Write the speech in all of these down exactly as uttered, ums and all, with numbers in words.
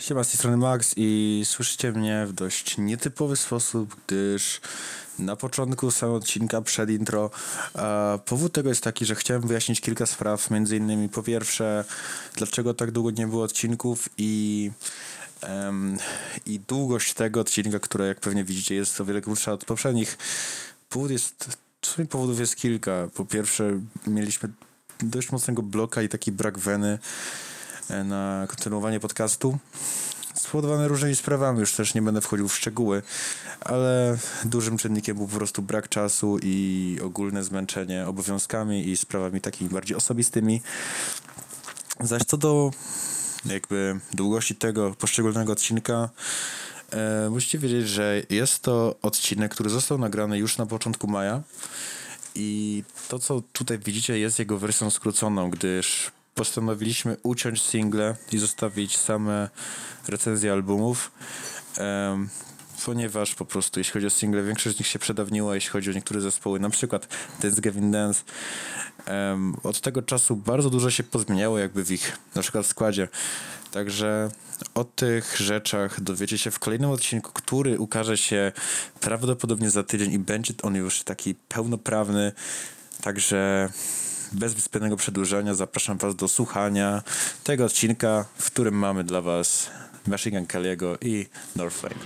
Siema, z tej strony Max i słyszycie mnie w dość nietypowy sposób, gdyż na początku samego odcinka, przed intro, a powód tego jest taki, że chciałem wyjaśnić kilka spraw, między innymi po pierwsze, dlaczego tak długo nie było odcinków i, em, i długość tego odcinka, która jak pewnie widzicie jest o wiele krótsza od poprzednich. Powód jest, w sumie powodów jest kilka. Po pierwsze, mieliśmy dość mocnego bloka i taki brak weny na kontynuowanie podcastu, spowodowane różnymi sprawami, już też nie będę wchodził w szczegóły, ale dużym czynnikiem był po prostu brak czasu i ogólne zmęczenie obowiązkami i sprawami takimi bardziej osobistymi. Zaś co do jakby długości tego poszczególnego odcinka, e, musicie wiedzieć, że jest to odcinek, który został nagrany już na początku maja i to, co tutaj widzicie, jest jego wersją skróconą, gdyż postanowiliśmy uciąć single i zostawić same recenzje albumów, um, ponieważ po prostu jeśli chodzi o single, większość z nich się przedawniła, jeśli chodzi o niektóre zespoły, na przykład Dance Gavin Dance. Um, od tego czasu bardzo dużo się pozmieniało jakby w ich na przykład składzie. Także o tych rzeczach dowiecie się w kolejnym odcinku, który ukaże się prawdopodobnie za tydzień i będzie on już taki pełnoprawny. Także bez zbędnego przedłużania zapraszam was do słuchania tego odcinka, w którym mamy dla was Machine Gun Kelly'ego i Northlane.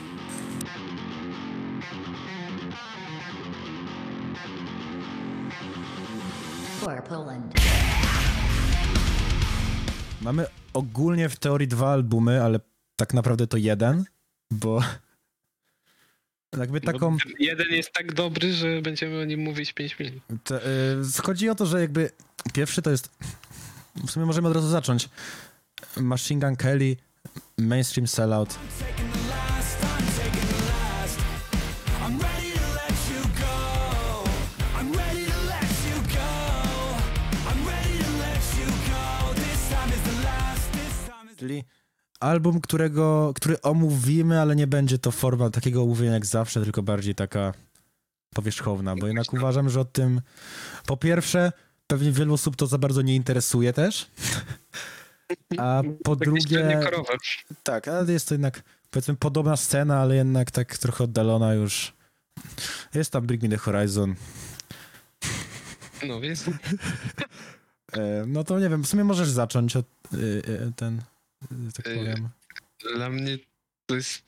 For Poland. Mamy ogólnie w teorii dwa albumy, ale tak naprawdę to jeden, bo jakby taką... Bo jeden jest tak dobry, że będziemy o nim mówić pięć minut. Te, y, chodzi o to, że jakby pierwszy to jest... W sumie możemy od razu zacząć. Machine Gun Kelly, Mainstream Sellout. Czyli album, którego, który omówimy, ale nie będzie to forma takiego omówienia jak zawsze, tylko bardziej taka powierzchowna, bo jednak uważam, że o tym po pierwsze pewnie wielu osób to za bardzo nie interesuje też, a po Tak drugie korowe. tak, ale jest to jednak powiedzmy podobna scena, ale jednak tak trochę oddalona już. Jest tam Bring Me The Horizon. No więc E, no to nie wiem, w sumie możesz zacząć od y, y, ten, y, tak Y, powiem. dla mnie to jest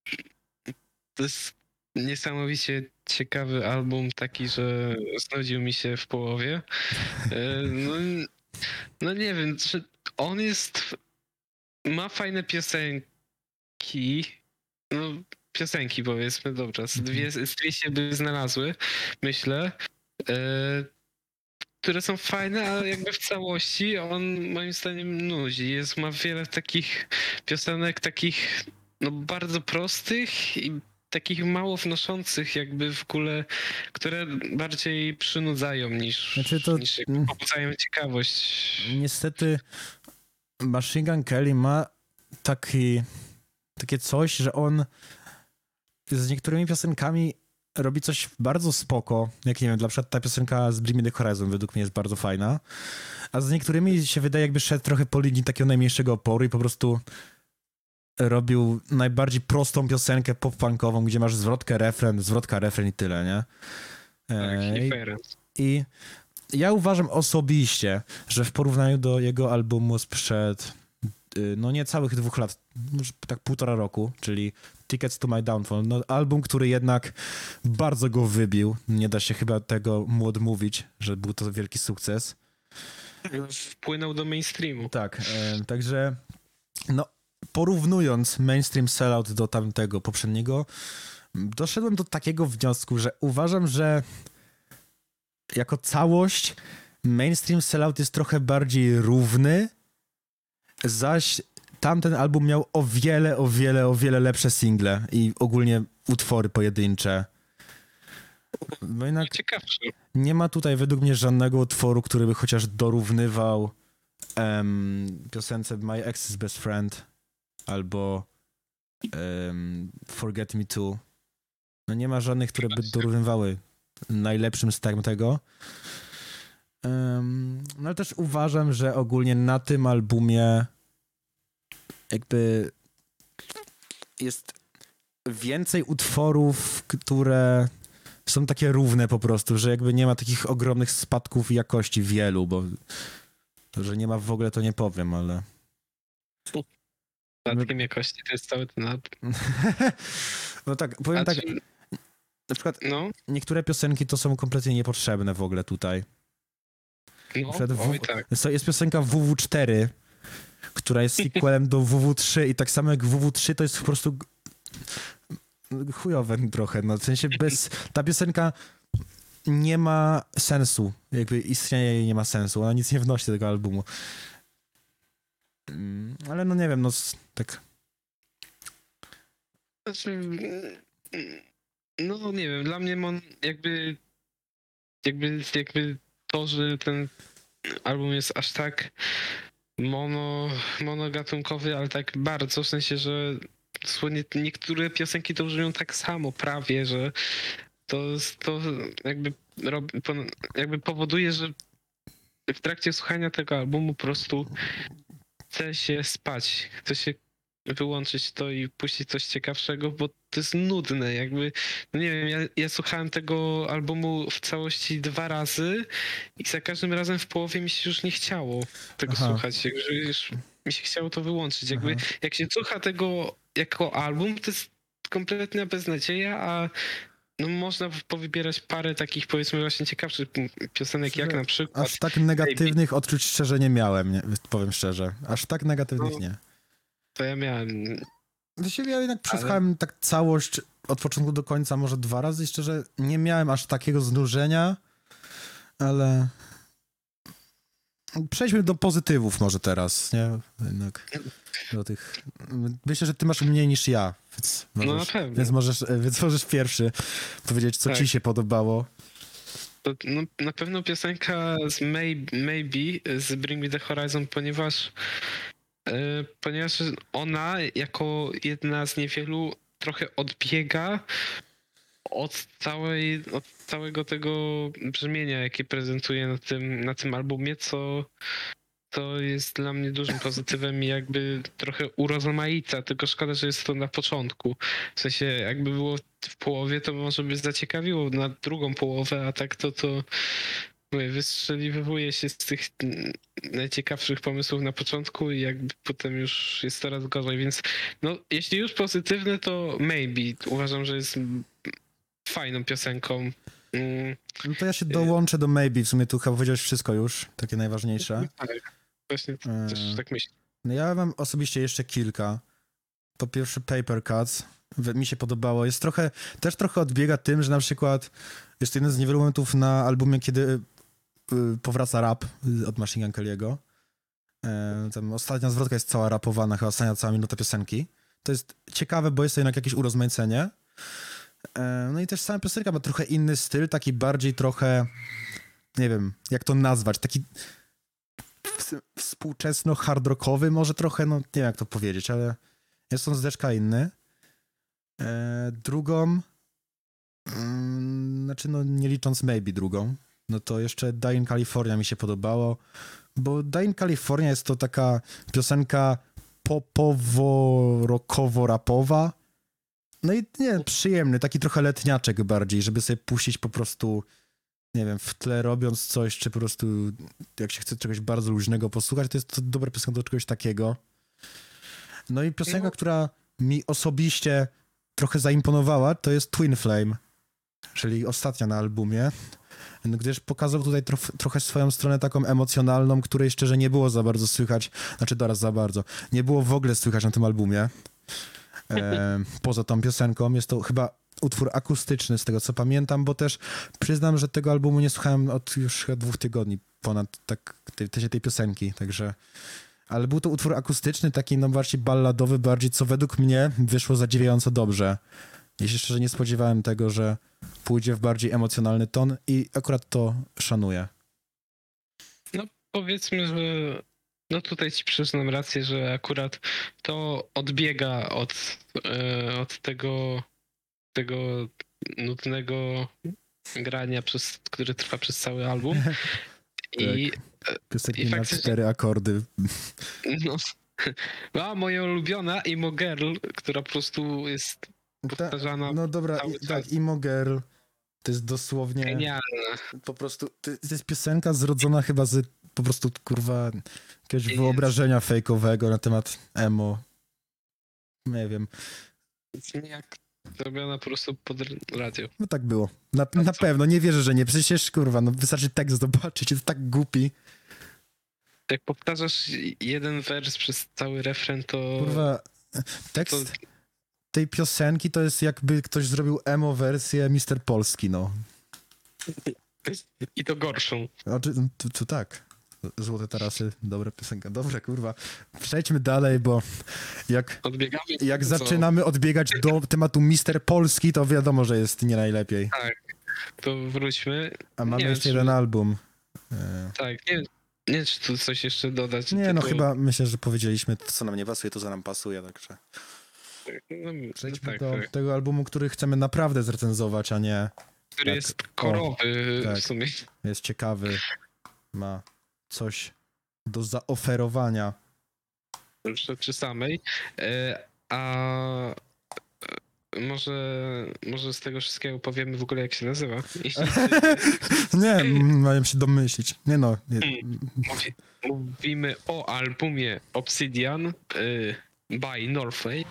to jest niesamowicie ciekawy album, taki, że znudził mi się w połowie. Y, No, no nie wiem, czy on jest ma fajne piosenki, no piosenki powiedzmy, dobra, z dwie, z dwie się by znalazły, myślę, y, które są fajne, ale jakby w całości on moim zdaniem nudzi. Jest, ma wiele takich piosenek, takich no bardzo prostych i takich mało wnoszących jakby w ogóle, które bardziej przynudzają niż, Znaczy to- niż jakby pobudzają ciekawość. Niestety Machine Gun Kelly ma taki, takie coś, że on z niektórymi piosenkami robi coś bardzo spoko, jak nie wiem, na przykład ta piosenka z Bring Me The Horizon według mnie jest bardzo fajna, a z niektórymi się wydaje jakby szedł trochę po linii takiego najmniejszego oporu i po prostu robił najbardziej prostą piosenkę pop-punkową, gdzie masz zwrotkę, refren, zwrotka, refren i tyle, nie? Tak, Eee, i fair. I ja uważam osobiście, że w porównaniu do jego albumu sprzed y, no niecałych dwóch lat, może tak półtora roku, czyli Tickets to My Downfall, no album, który jednak bardzo go wybił, nie da się chyba tego mu odmówić, że był to wielki sukces. Wpłynął do mainstreamu. Tak, e, także no porównując Mainstream Sellout do tamtego poprzedniego, doszedłem do takiego wniosku, że uważam, że jako całość Mainstream Sellout jest trochę bardziej równy, zaś tamten album miał o wiele, o wiele, o wiele lepsze single i ogólnie utwory pojedyncze. Bo jednak Ciekawsze. nie ma tutaj według mnie żadnego utworu, który by chociaż dorównywał em, piosence My Ex's Best Friend albo em, Forget Me Too. No nie ma żadnych, które by dorównywały najlepszym z tamtego. Um, no ale też uważam, że ogólnie na tym albumie jakby jest więcej utworów, które są takie równe po prostu, że jakby nie ma takich ogromnych spadków jakości wielu, bo to, że nie ma w ogóle, to nie powiem, ale... Spadkiem jakości to jest cały ten album. No tak, powiem tak, Znaczy, na przykład no, niektóre piosenki to są kompletnie niepotrzebne w ogóle tutaj. Na no, przykład oj w, tak. jest, jest piosenka W W cztery, która jest sequelem do W W trzy i tak samo jak W W trzy to jest po prostu g- chujowe trochę, no w sensie bez, ta piosenka nie ma sensu, jakby istnienie jej nie ma sensu, ona nic nie wnosi do tego albumu. Mm, ale no nie wiem, no s- tak, Znaczy, mm, no nie wiem, dla mnie mon, jakby, jakby, jakby to, że ten album jest aż tak mono, monogatunkowy, ale tak bardzo, w sensie, że dosłownie niektóre piosenki to brzmią tak samo prawie, że to, to jakby, rob, pon- jakby powoduje, że w trakcie słuchania tego albumu po prostu chce się spać, chce się wyłączyć to i puścić coś ciekawszego, bo to jest nudne, jakby, no nie wiem, ja, ja słuchałem tego albumu w całości dwa razy i za każdym razem w połowie mi się już nie chciało tego Aha. słuchać, jakby już mi się chciało to wyłączyć, jakby Aha. jak się słucha tego jako album, to jest kompletna beznadzieja, a no można powybierać parę takich powiedzmy właśnie ciekawszych piosenek, jak Szczerze, na przykład aż tak negatywnych odczuć szczerze nie miałem, nie, powiem szczerze, aż tak negatywnych No. nie. to ja miałem. Do siebie ja jednak przesłuchałem tak całość od początku do końca może dwa razy i szczerze nie miałem aż takiego znużenia, ale przejdźmy do pozytywów może teraz, nie? Jednak do tych... Myślę, że ty masz mniej niż ja, więc No możesz, na pewno. więc możesz, więc możesz pierwszy powiedzieć, co Tak. ci się podobało. To, no, na pewno piosenka z May, Maybe z Bring Me The Horizon, ponieważ e, ponieważ ona jako jedna z niewielu trochę odbiega od całej, od całego tego brzmienia, jakie prezentuje na tym, na tym albumie, co to jest dla mnie dużym pozytywem i jakby trochę urozmaica, tylko szkoda, że jest to na początku. W sensie jakby było w połowie, to może by zaciekawiło na drugą połowę, a tak to to mówię, wystrzeliwuje się z tych mm, najciekawszych pomysłów na początku i jakby potem już jest coraz gorzej, więc no jeśli już pozytywne, to Maybe uważam, że jest mm, fajną piosenką. Mm, No to ja się dołączę do Maybe, w sumie tu chyba powiedziałeś wszystko już, takie najważniejsze. tak, właśnie Eee. też tak myślę. No ja mam osobiście jeszcze kilka. Po pierwsze Paper Cuts, w- mi się podobało. Jest trochę, też trochę odbiega tym, że na przykład jest jeden z niewielu momentów na albumie, kiedy y, powraca rap y, od Machine Gun Kelly'ego. E, tam ostatnia zwrotka jest cała rapowana, chyba ostatnia cała minuta piosenki. To jest ciekawe, bo jest to jednak jakieś urozmaicenie. E, no i też sama piosenka ma trochę inny styl, taki bardziej trochę, nie wiem, jak to nazwać, taki ws- współczesno-hard-rockowy może trochę, no nie wiem jak to powiedzieć, ale jest on zdeczka inny. E, drugą, mm, znaczy no nie licząc Maybe drugą, no to jeszcze Dying California mi się podobało, bo Dying California jest to taka piosenka popowo-rockowo-rapowa. No i nie, przyjemny, taki trochę letniaczek bardziej, żeby sobie puścić po prostu, nie wiem, w tle robiąc coś, czy po prostu jak się chce czegoś bardzo luźnego posłuchać, to jest to dobra piosenka do czegoś takiego. No i piosenka, No. która mi osobiście trochę zaimponowała, to jest Twin Flame, czyli ostatnia na albumie, no, gdyż pokazał tutaj trof, trochę swoją stronę taką emocjonalną, której szczerze nie było za bardzo słychać, znaczy doraz za bardzo, nie było w ogóle słychać na tym albumie. E, poza tą piosenką jest to chyba utwór akustyczny z tego co pamiętam, bo też przyznam, że tego albumu nie słuchałem od już chyba dwóch tygodni ponad tak, tej, tej, tej piosenki, także ale był to utwór akustyczny, taki no bardziej balladowy, bardziej co według mnie wyszło zadziwiająco dobrze. Ja się szczerze nie spodziewałem tego, że pójdzie w bardziej emocjonalny ton i akurat to szanuję. Powiedzmy, że no tutaj ci przyznam rację, że akurat to odbiega od, e, od tego, tego nudnego grania, przez, który trwa przez cały album. I Piosenki I na faktycznie- cztery akordy. no, A moja ulubiona Emo Girl, która po prostu jest powtarzana No dobra, cały i, czas. tak, Emo Girl to jest dosłownie Genialna. po prostu, to to jest piosenka zrodzona chyba z po prostu, kurwa, jakiegoś Jest. wyobrażenia fejkowego na temat emo. Nie wiem. Jak zrobiona po prostu pod radio. No tak było. Na, na co? pewno, nie wierzę, że nie. Przecież, kurwa, no wystarczy tekst zobaczyć, jest tak głupi. Jak powtarzasz jeden wers przez cały refren, to... Kurwa, to tekst tej piosenki to jest jakby ktoś zrobił emo wersję mister Polski, no. I to gorszą. Znaczy, to, to tak. Złote tarasy, dobra piosenka. Dobra, kurwa. Przejdźmy dalej, bo jak, Odbiegamy. jak co? zaczynamy odbiegać do tematu mister Polski, to wiadomo, że jest nie najlepiej. To wróćmy. A mamy Nie wiem, jeszcze czy- jeden album. E, Tak, nie, nie wiem, czy tu coś jeszcze dodać. Nie, no tylko- chyba myślę, że powiedzieliśmy to, co nam nie pasuje, to co nam pasuje, także No, no przejdźmy tak, do tak. tego albumu, który chcemy naprawdę zrecenzować, a nie Który tak. jest korowy tak. w sumie. jest ciekawy, ma coś do zaoferowania. Rzeczy samej. E, A e, może, może z tego wszystkiego powiemy w ogóle, jak się nazywa. Nie, m, mają się domyślić. Nie no, nie, Mówi- Mówimy o albumie Obsidian y, by Northway.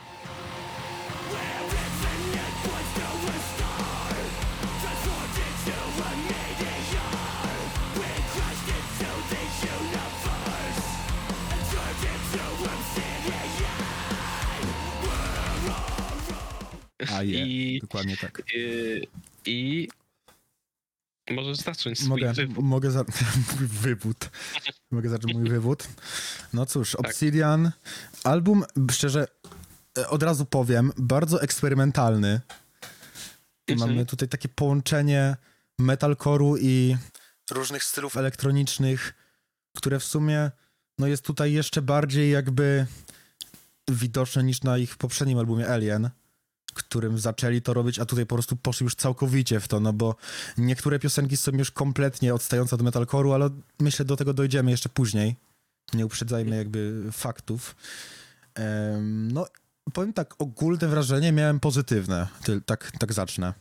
a je, I, dokładnie tak. y, I możesz zacząć swój Mogę, wywód. mogę za... mój wywód. Mogę zacząć mój wywód. No cóż, Tak. Obsidian, album, szczerze, e, od razu powiem, bardzo eksperymentalny. Mhm. Mamy tutaj takie połączenie metalcore'u i różnych stylów elektronicznych, które w sumie no jest tutaj jeszcze bardziej jakby widoczne niż na ich poprzednim albumie Alien, którym zaczęli to robić, a tutaj po prostu poszli już całkowicie w to, no bo niektóre piosenki są już kompletnie odstające od metalcore'u, ale myślę, do tego dojdziemy jeszcze później. Nie uprzedzajmy jakby faktów. Em, no, powiem tak, ogólne wrażenie miałem pozytywne. Ty, tak, tak zacznę.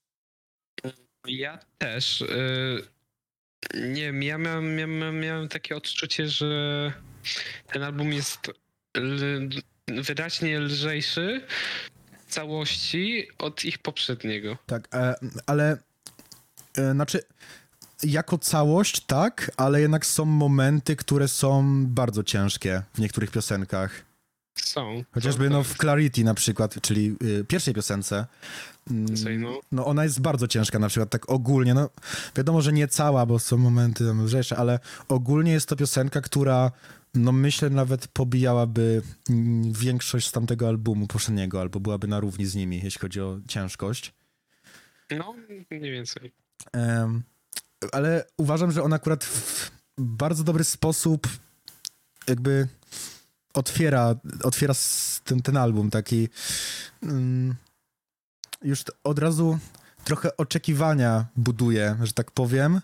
Ja też. y, Nie wiem, ja miałem, miałem, miałem takie odczucie, że ten album jest l, wyraźnie lżejszy w całości od ich poprzedniego. Tak, e, ale e, znaczy jako całość tak, ale jednak są momenty, które są bardzo ciężkie w niektórych piosenkach. Są. Chociażby są, no tak. w Clarity na przykład, czyli y, pierwszej piosence. mm, Say no. No ona jest bardzo ciężka na przykład tak ogólnie, no wiadomo, że nie cała, bo są momenty tam lżejsze, ale ogólnie jest to piosenka, która no myślę nawet pobijałaby mm, większość z tamtego albumu poprzedniego, albo byłaby na równi z nimi, jeśli chodzi o ciężkość. No, mniej więcej. Em, ale uważam, że on akurat w bardzo dobry sposób jakby otwiera, otwiera s- ten, ten album taki mm, już t- od razu trochę oczekiwania buduje, że tak powiem.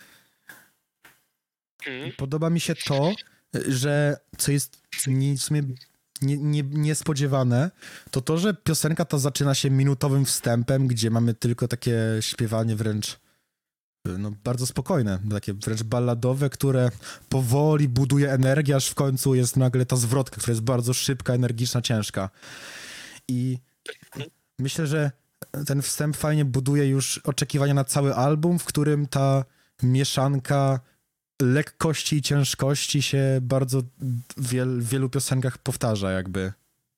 Mhm. Podoba mi się to, że co jest nie, w sumie nie, nie, niespodziewane, to to, że piosenka ta zaczyna się minutowym wstępem, gdzie mamy tylko takie śpiewanie wręcz no, bardzo spokojne, takie wręcz balladowe, które powoli buduje energię, aż w końcu jest nagle ta zwrotka, która jest bardzo szybka, energiczna, ciężka. I myślę, że ten wstęp fajnie buduje już oczekiwania na cały album, w którym ta mieszanka lekkości i ciężkości się bardzo w wiel, w wielu piosenkach powtarza jakby.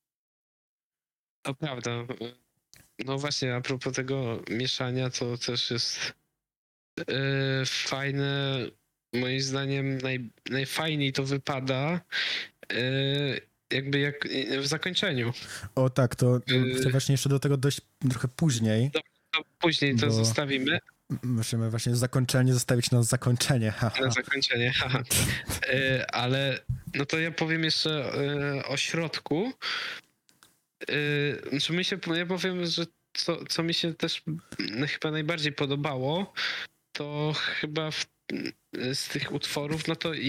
To prawda. No właśnie, a propos tego mieszania, to też jest yy, fajne. Moim zdaniem naj, najfajniej to wypada yy, jakby jak w zakończeniu. O tak, to Yy. chcę właśnie jeszcze do tego dojść trochę później. To później to Bo- zostawimy Musimy właśnie zakończenie zostawić na zakończenie. haha. na zakończenie. haha. Yy, ale no to ja powiem jeszcze yy, o środku. Yy, znaczy mi się, ja powiem, że co, co mi się też mm, chyba najbardziej podobało, to chyba w, z tych utworów, no to i,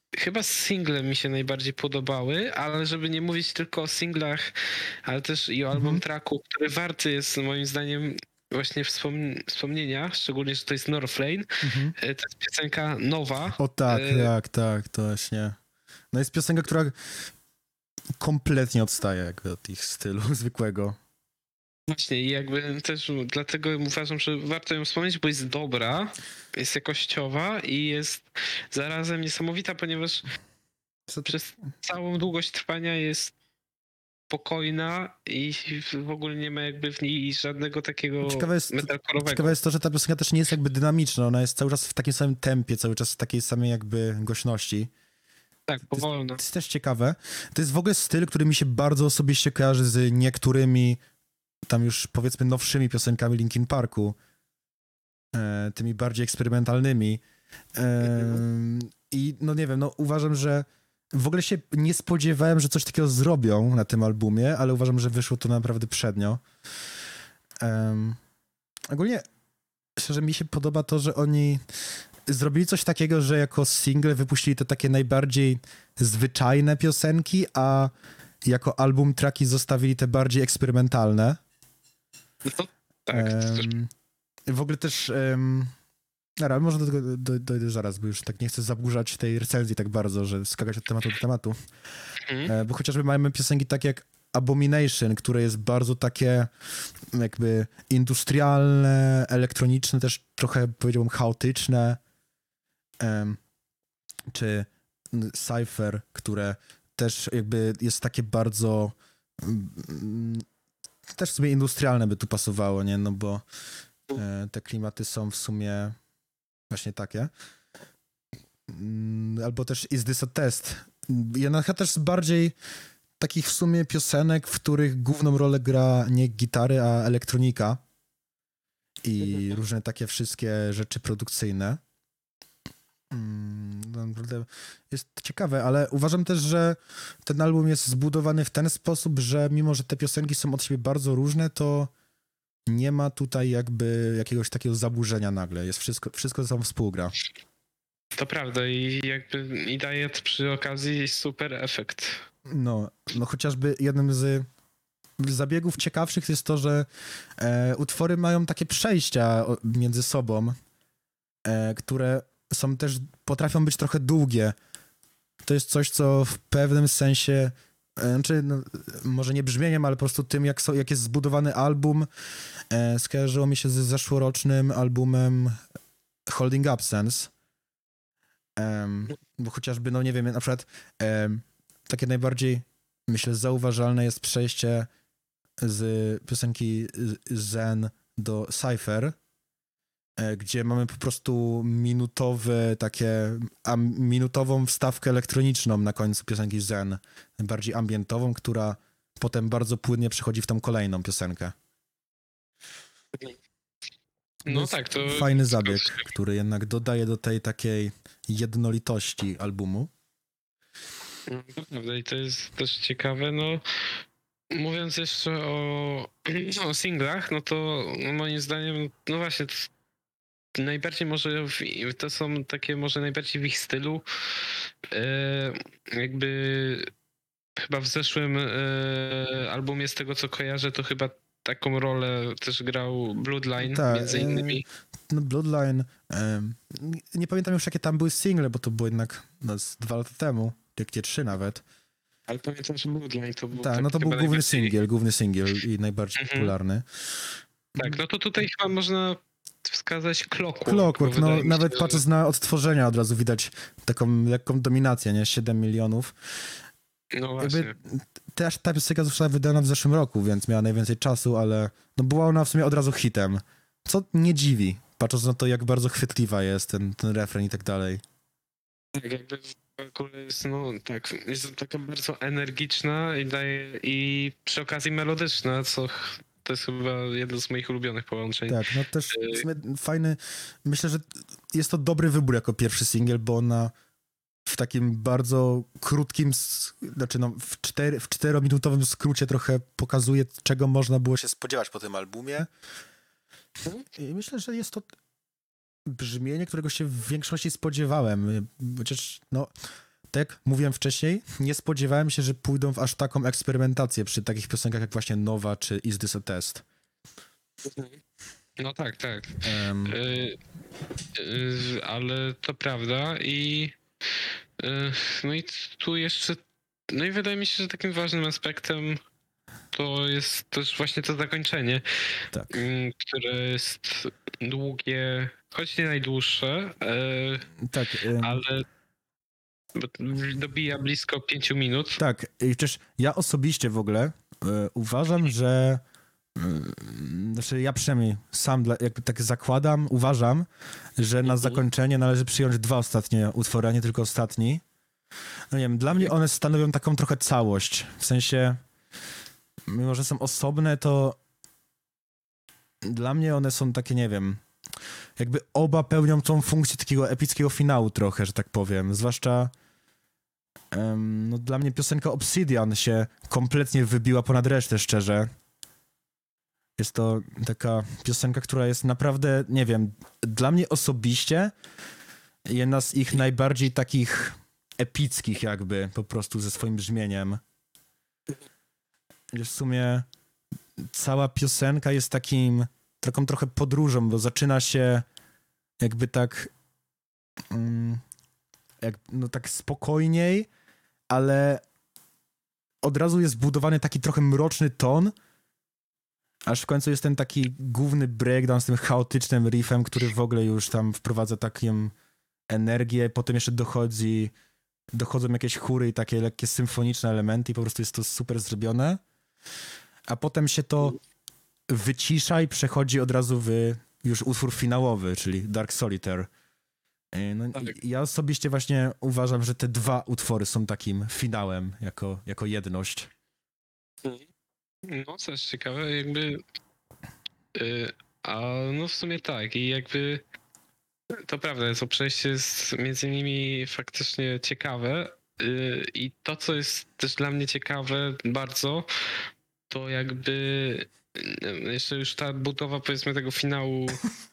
chyba single mi się najbardziej podobały, ale żeby nie mówić tylko o singlach, ale też i o album Mhm. tracku, który warty jest moim zdaniem właśnie wspom- wspomnienia, szczególnie, że to jest Northlane. Mhm. E, To jest piosenka nowa. O tak, E, tak, tak, to właśnie. No jest piosenka, która kompletnie odstaje jakby od ich stylu zwykłego. Właśnie i jakby też dlatego uważam, że warto ją wspomnieć, bo jest dobra, jest jakościowa i jest zarazem niesamowita, ponieważ Co to- przez całą długość trwania jest spokojna i w ogóle nie ma jakby w niej żadnego takiego Ciekawe jest, metalcore'owego. ciekawe jest to, że ta piosenka też nie jest jakby dynamiczna, ona jest cały czas w takim samym tempie, cały czas w takiej samej jakby głośności. Tak, powolno. To jest też ciekawe. To jest w ogóle styl, który mi się bardzo osobiście kojarzy z niektórymi tam już powiedzmy nowszymi piosenkami Linkin Parku. E, tymi bardziej eksperymentalnymi. E, I no nie wiem, no uważam, że w ogóle się nie spodziewałem, że coś takiego zrobią na tym albumie, ale uważam, że wyszło to naprawdę przednio. Um, ogólnie szczerze mi się podoba to, że oni zrobili coś takiego, że jako single wypuścili te takie najbardziej zwyczajne piosenki, a jako album tracki zostawili te bardziej eksperymentalne. No to tak, to też Em, w ogóle też um, dobra, może do tego do, dojdę zaraz, bo już tak nie chcę zaburzać tej recenzji tak bardzo, że skakać od tematu do tematu. Mhm. E, bo chociażby mamy piosenki takie jak Abomination, które jest bardzo takie jakby industrialne, elektroniczne, też trochę powiedziałbym chaotyczne. Em, czy Cypher, które też jakby jest takie bardzo mm, też w sumie industrialne by tu pasowało, nie? No bo e, te klimaty są w sumie właśnie takie. Mm, albo też Is This a Test? Jedna też z bardziej takich w sumie piosenek, w których główną rolę gra nie gitary, a elektronika i różne takie wszystkie rzeczy produkcyjne. Mm, no, naprawdę jest ciekawe, ale uważam też, że ten album jest zbudowany w ten sposób, że mimo, że te piosenki są od siebie bardzo różne, to nie ma tutaj jakby jakiegoś takiego zaburzenia nagle. Jest wszystko, wszystko tam współgra. To prawda i jakby i daje to przy okazji super efekt. No, no chociażby jednym z zabiegów ciekawszych jest to, że e, utwory mają takie przejścia o- między sobą, e, które są też, potrafią być trochę długie. To jest coś, co w pewnym sensie, e, znaczy, no, może nie brzmieniem, ale po prostu tym, jak, so, jak jest zbudowany album, e, skojarzyło mi się z zeszłorocznym albumem Holding Absence. Em, bo chociażby, no nie wiem, na przykład em, takie najbardziej, myślę, zauważalne jest przejście z piosenki Zen do Cypher, e, gdzie mamy po prostu minutowe takie, a minutową wstawkę elektroniczną na końcu piosenki Zen, bardziej ambientową, która potem bardzo płynnie przechodzi w tą kolejną piosenkę. No jest tak, to... Fajny zabieg, który jednak dodaje do tej takiej jednolitości albumu. No, to prawda i to jest też ciekawe, no mówiąc jeszcze o, o singlach, no to moim zdaniem, no właśnie, to najbardziej może, w, to są takie może najbardziej w ich stylu, e, jakby chyba w zeszłym e, albumie z tego co kojarzę, to chyba taką rolę też grał Bloodline Tak, między e, innymi. No Bloodline, em, nie- nie pamiętam już jakie tam były single, bo to było jednak no, z dwa lata temu, jak nie trzy nawet. Ale pamiętam, że Bloodline to był Tak, no to był chyba główny najbardziej- singiel, główny singiel i najbardziej Mhm. popularny. Tak, no to tutaj chyba można wskazać Clockwork. Clockwork, bo no wydaje mi nawet się, patrząc na odtworzenia od razu widać taką lekką dominację, nie? siedem milionów. że- No właśnie. Jakby też ta piosenka została wydana w zeszłym roku, więc miała najwięcej czasu, ale no była ona w sumie od razu hitem. Co nie dziwi, patrząc na to, jak bardzo chwytliwa jest ten, ten refren i tak dalej. Tak, jakby w ogóle jest, no tak, jest taka bardzo energiczna i daje, i przy okazji melodyczna, co ch- to jest chyba jedno z moich ulubionych połączeń. Tak, no też w sumie fajny, myślę, że jest to dobry wybór jako pierwszy singiel, bo ona w takim bardzo krótkim, s- znaczy no w, cztery, w czterominutowym skrócie trochę pokazuje, czego można było się spodziewać po tym albumie. I myślę, że jest to brzmienie, którego się w większości spodziewałem, chociaż no tak jak mówiłem wcześniej, nie spodziewałem się, że pójdą w aż taką eksperymentację przy takich piosenkach jak właśnie Nowa czy Is This a Test. No tak, tak. Um, Y, y, ale to prawda i y, no i tu jeszcze, no i wydaje mi się, że takim ważnym aspektem to jest też właśnie to zakończenie, tak. mm, które jest długie, choć nie najdłuższe, y, Tak, em, ale dobija blisko pięciu minut. tak. I też ja osobiście w ogóle e, uważam, że e, znaczy ja przynajmniej sam dla, jakby tak zakładam, uważam, że na zakończenie należy przyjąć dwa ostatnie utwory, a nie tylko ostatni. No nie wiem, dla mnie one stanowią taką trochę całość. W sensie, mimo że są osobne, to dla mnie one są takie, nie wiem, jakby oba pełnią tą funkcję takiego epickiego finału trochę, że tak powiem. Zwłaszcza em, no dla mnie piosenka Obsidian się kompletnie wybiła ponad resztę, szczerze. Jest to taka piosenka, która jest naprawdę, nie wiem, dla mnie osobiście jedna z ich najbardziej takich epickich jakby, po prostu ze swoim brzmieniem. W sumie cała piosenka jest takim taką trochę podróżą, bo zaczyna się jakby tak mm, jak, no tak spokojniej, ale od razu jest budowany taki trochę mroczny ton, aż w końcu jest ten taki główny breakdown z tym chaotycznym riffem, który w ogóle już tam wprowadza taką energię, potem jeszcze dochodzi dochodzą jakieś chóry i takie lekkie symfoniczne elementy i po prostu jest to super zrobione, a potem się to wycisza i przechodzi od razu w już utwór finałowy, czyli Dark Solitaire. No, Tak. ja osobiście właśnie uważam, że te dwa utwory są takim finałem, jako, jako jedność. No, coś ciekawe, jakby. y, A no w sumie tak, i jakby to prawda, to przejście jest między nimi faktycznie ciekawe. y, I to, co jest też dla mnie ciekawe bardzo, to jakby y, jeszcze już ta budowa, powiedzmy, tego finału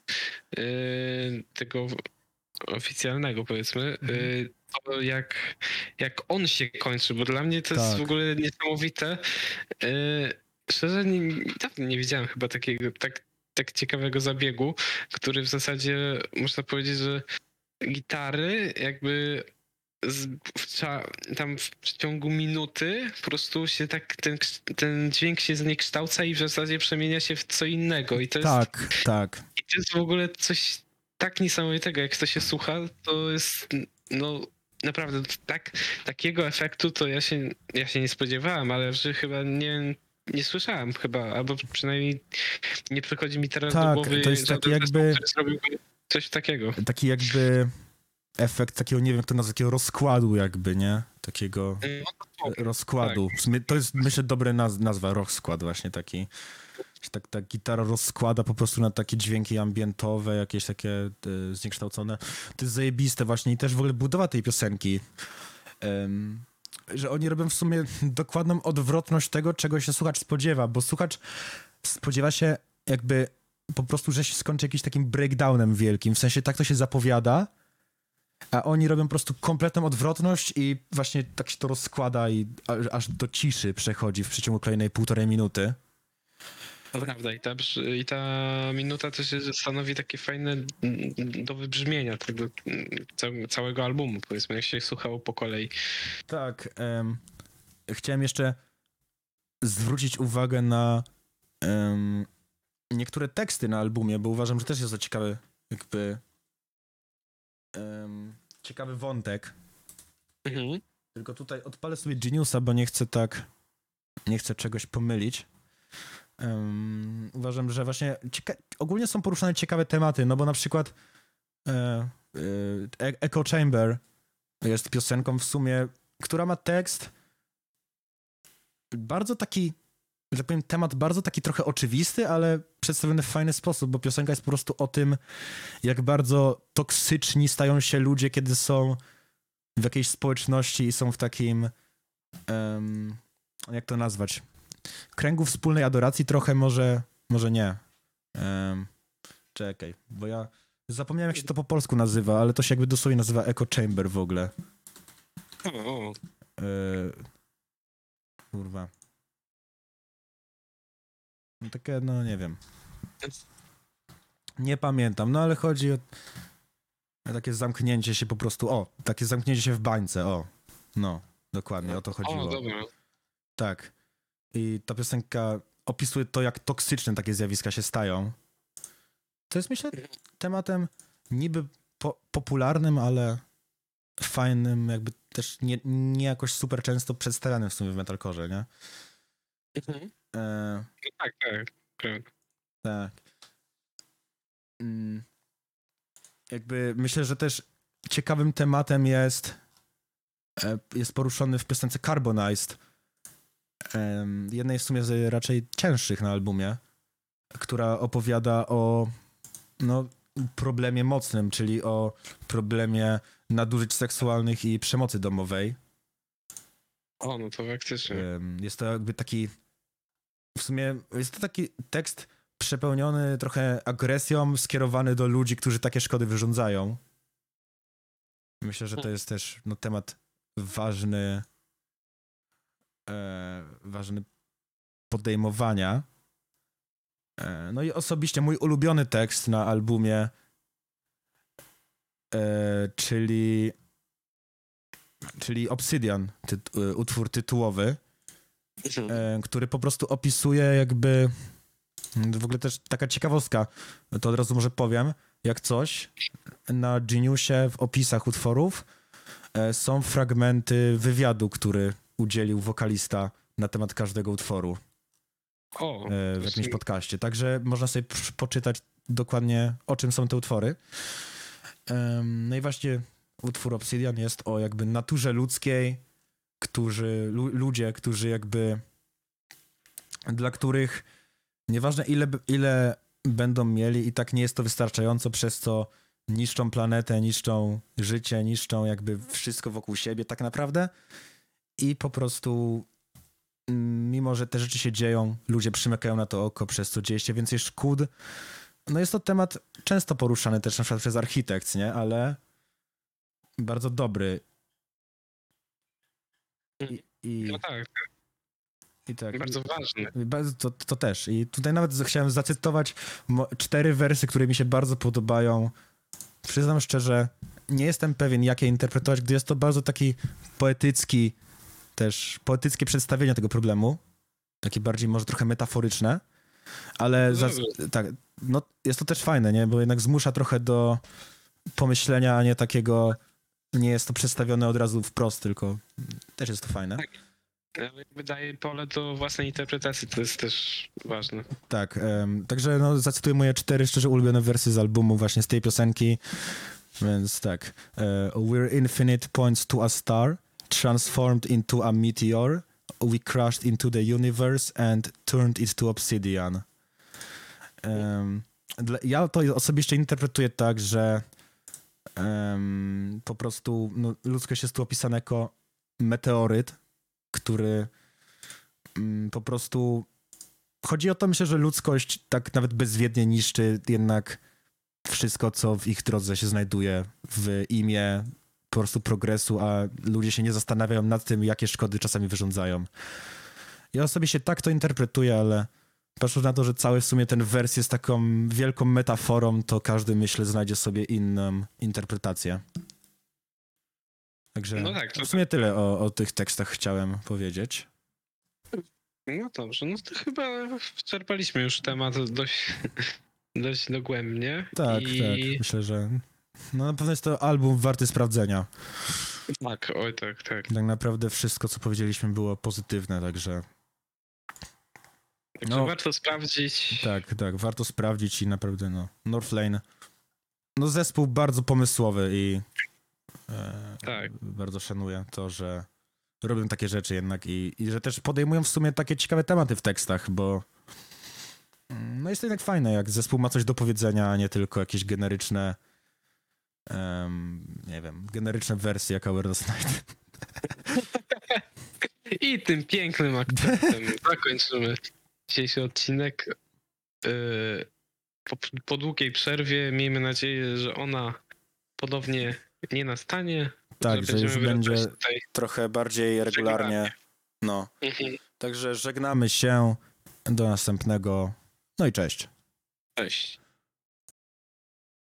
y, tego oficjalnego, powiedzmy, y, to jak, jak on się kończy, bo dla mnie to jest Tak. w ogóle niesamowite. Y, Szczerze, nie, dawno nie widziałem chyba takiego tak, tak ciekawego zabiegu, który w zasadzie można powiedzieć, że gitary jakby z, w, cza- tam w przeciągu minuty po prostu się tak ten, kształt- ten dźwięk się zniekształca i w zasadzie przemienia się w co innego. I to jest, Tak, tak. i to jest w ogóle coś tak niesamowitego, jak to się słucha, to jest no naprawdę tak, takiego efektu to ja się, ja się nie spodziewałem, ale że chyba nie, nie słyszałem chyba, albo przynajmniej nie przychodzi mi teraz do Tak, głowy to jest żaden taki zespół, jakby- który zrobił coś takiego. Taki jakby efekt takiego, nie wiem, jak to nazwać, takiego rozkładu jakby, nie? Takiego No, rozkładu. W sumie to jest, myślę, dobra naz- nazwa, rozkład właśnie taki. Że Tak, ta gitara rozkłada po prostu na takie dźwięki ambientowe, jakieś takie e, zniekształcone. To jest zajebiste właśnie i też w ogóle budowa tej piosenki. Em, że oni robią w sumie dokładną odwrotność tego, czego się słuchacz spodziewa, bo słuchacz spodziewa się jakby po prostu, że się skończy jakimś takim breakdownem wielkim, w sensie tak to się zapowiada, a oni robią po prostu kompletną odwrotność i właśnie tak się to rozkłada i a- aż do ciszy przechodzi w przeciągu kolejnej półtorej minuty. To prawda, i ta, brz- i ta minuta też jest- stanowi takie fajne mm, do wybrzmienia tego mm, cał- całego albumu, powiedzmy, jak się słuchało po kolei. Tak. em, chciałem jeszcze zwrócić uwagę na em, niektóre teksty na albumie, bo uważam, że też jest to ciekawy jakby em, ciekawy wątek. Mhm. Tylko tutaj odpalę sobie Geniusa, bo nie chcę tak nie chcę czegoś pomylić. Um, uważam, że właśnie cieka- ogólnie są poruszane ciekawe tematy, no bo na przykład e, e, Echo Chamber jest piosenką w sumie, która ma tekst bardzo taki, że tak powiem, temat bardzo taki trochę oczywisty, ale przedstawiony w fajny sposób, bo piosenka jest po prostu o tym, jak bardzo toksyczni stają się ludzie, kiedy są w jakiejś społeczności i są w takim em, jak to nazwać? Kręgu wspólnej adoracji trochę może, może nie. Um, czekaj, bo ja zapomniałem, jak się to po polsku nazywa, ale to się jakby dosłownie nazywa Echo Chamber w ogóle. O, Yy, kurwa. No takie, no nie wiem. Nie pamiętam, no ale chodzi o o takie zamknięcie się po prostu, o, takie zamknięcie się w bańce, o. No, dokładnie, o to chodziło. o, dobra. Tak. I ta piosenka opisuje to, jak toksyczne takie zjawiska się stają. To jest, myślę, tematem niby po popularnym, ale fajnym, jakby też nie, nie jakoś super często przedstawianym w sumie w metalcore, nie? Mhm. E, No tak, tak. prawda. tak. Mm. Jakby myślę, że też ciekawym tematem jest e, jest poruszony w piosence Carbonized, em, jednej w sumie z raczej cięższych na albumie, która opowiada o no, problemie mocnym, czyli o problemie nadużyć seksualnych i przemocy domowej. O, no to faktycznie. Em, Jest to jakby taki w sumie jest to taki tekst przepełniony trochę agresją, skierowany do ludzi, którzy takie szkody wyrządzają. Myślę, że to jest też no, temat ważny, e, ważny podejmowania. E, no i osobiście mój ulubiony tekst na albumie, e, czyli czyli Obsidian, tyt, e, utwór tytułowy, Mhm. e, który po prostu opisuje jakby w ogóle też taka ciekawostka, to od razu może powiem, jak coś, na Geniusie w opisach utworów e, są fragmenty wywiadu, który udzielił wokalista na temat każdego utworu O, e, to w jest- jakimś podcaście. Także można sobie pr- poczytać dokładnie, o czym są te utwory. Em, No i właśnie utwór Obsidian jest o jakby naturze ludzkiej, którzy, lu- ludzie, którzy jakby, dla których nieważne ile, b- ile będą mieli i tak nie jest to wystarczająco, przez co niszczą planetę, niszczą życie, niszczą jakby wszystko wokół siebie tak naprawdę i po prostu mm, mimo, że te rzeczy się dzieją, ludzie przymykają na to oko, przez co dzieje się więcej szkód. No jest to temat często poruszany też na przykład przez Architects, nie? Ale bardzo dobry. I, i, No tak, i tak. bardzo ważny. Bardzo- To, to też. I tutaj nawet z- chciałem zacytować mo- cztery wersy, które mi się bardzo podobają. Przyznam szczerze, nie jestem pewien, jak je interpretować, gdy jest to bardzo taki poetycki, też poetyckie przedstawienie tego problemu. Takie bardziej może trochę metaforyczne. Ale za, tak, no, jest to też fajne, nie? Bo jednak zmusza trochę do pomyślenia, a nie takiego, nie jest to przedstawione od razu wprost, tylko też jest to fajne. Tak. Ale jakby daje pole do własnej interpretacji, to jest też ważne. Tak, em, także no, zacytuję moje cztery szczerze ulubione wersy z albumu właśnie z tej piosenki, więc tak. E, We're infinite points to a star, transformed into a meteor, we crashed into the universe and turned it to obsidian. Em, dla, ja to osobiście interpretuję tak, że em, po prostu no, ludzkość jest tu opisana jako meteoryt, który mm, po prostu chodzi o to, myślę, że ludzkość tak nawet bezwiednie niszczy jednak wszystko, co w ich drodze się znajduje w imię po prostu progresu, a ludzie się nie zastanawiają nad tym, jakie szkody czasami wyrządzają. Ja osobiście tak to interpretuję, ale patrząc na to, że cały w sumie ten wers jest taką wielką metaforą, to każdy, myślę, znajdzie sobie inną interpretację. Także No tak, to- w sumie tyle o, o tych tekstach chciałem powiedzieć. No dobrze, no to chyba wyczerpaliśmy już temat dość, dość dogłębnie. Tak, I... tak. Myślę, że no na pewno jest to album warty sprawdzenia. Tak, oj tak, tak. Tak naprawdę wszystko, co powiedzieliśmy, było pozytywne, także Także No. warto sprawdzić. tak, tak, warto sprawdzić i naprawdę, no, Northlane, no zespół bardzo pomysłowy i e, Tak. bardzo szanuję to, że robią takie rzeczy jednak i, i że też podejmują w sumie takie ciekawe tematy w tekstach, bo mm, no jest to jednak fajne, jak zespół ma coś do powiedzenia, a nie tylko jakieś generyczne em, nie wiem, generyczne wersje jak Awareness Night. I tym pięknym akcentem zakończymy dzisiejszy odcinek. Yy, Po, po długiej przerwie miejmy nadzieję, że ona ponownie nie nastanie. Tak, że już będziemy będzie wracać tutaj. Trochę bardziej regularnie. No. Mhm. Także żegnamy. żegnamy się. Do następnego. No i cześć. Cześć.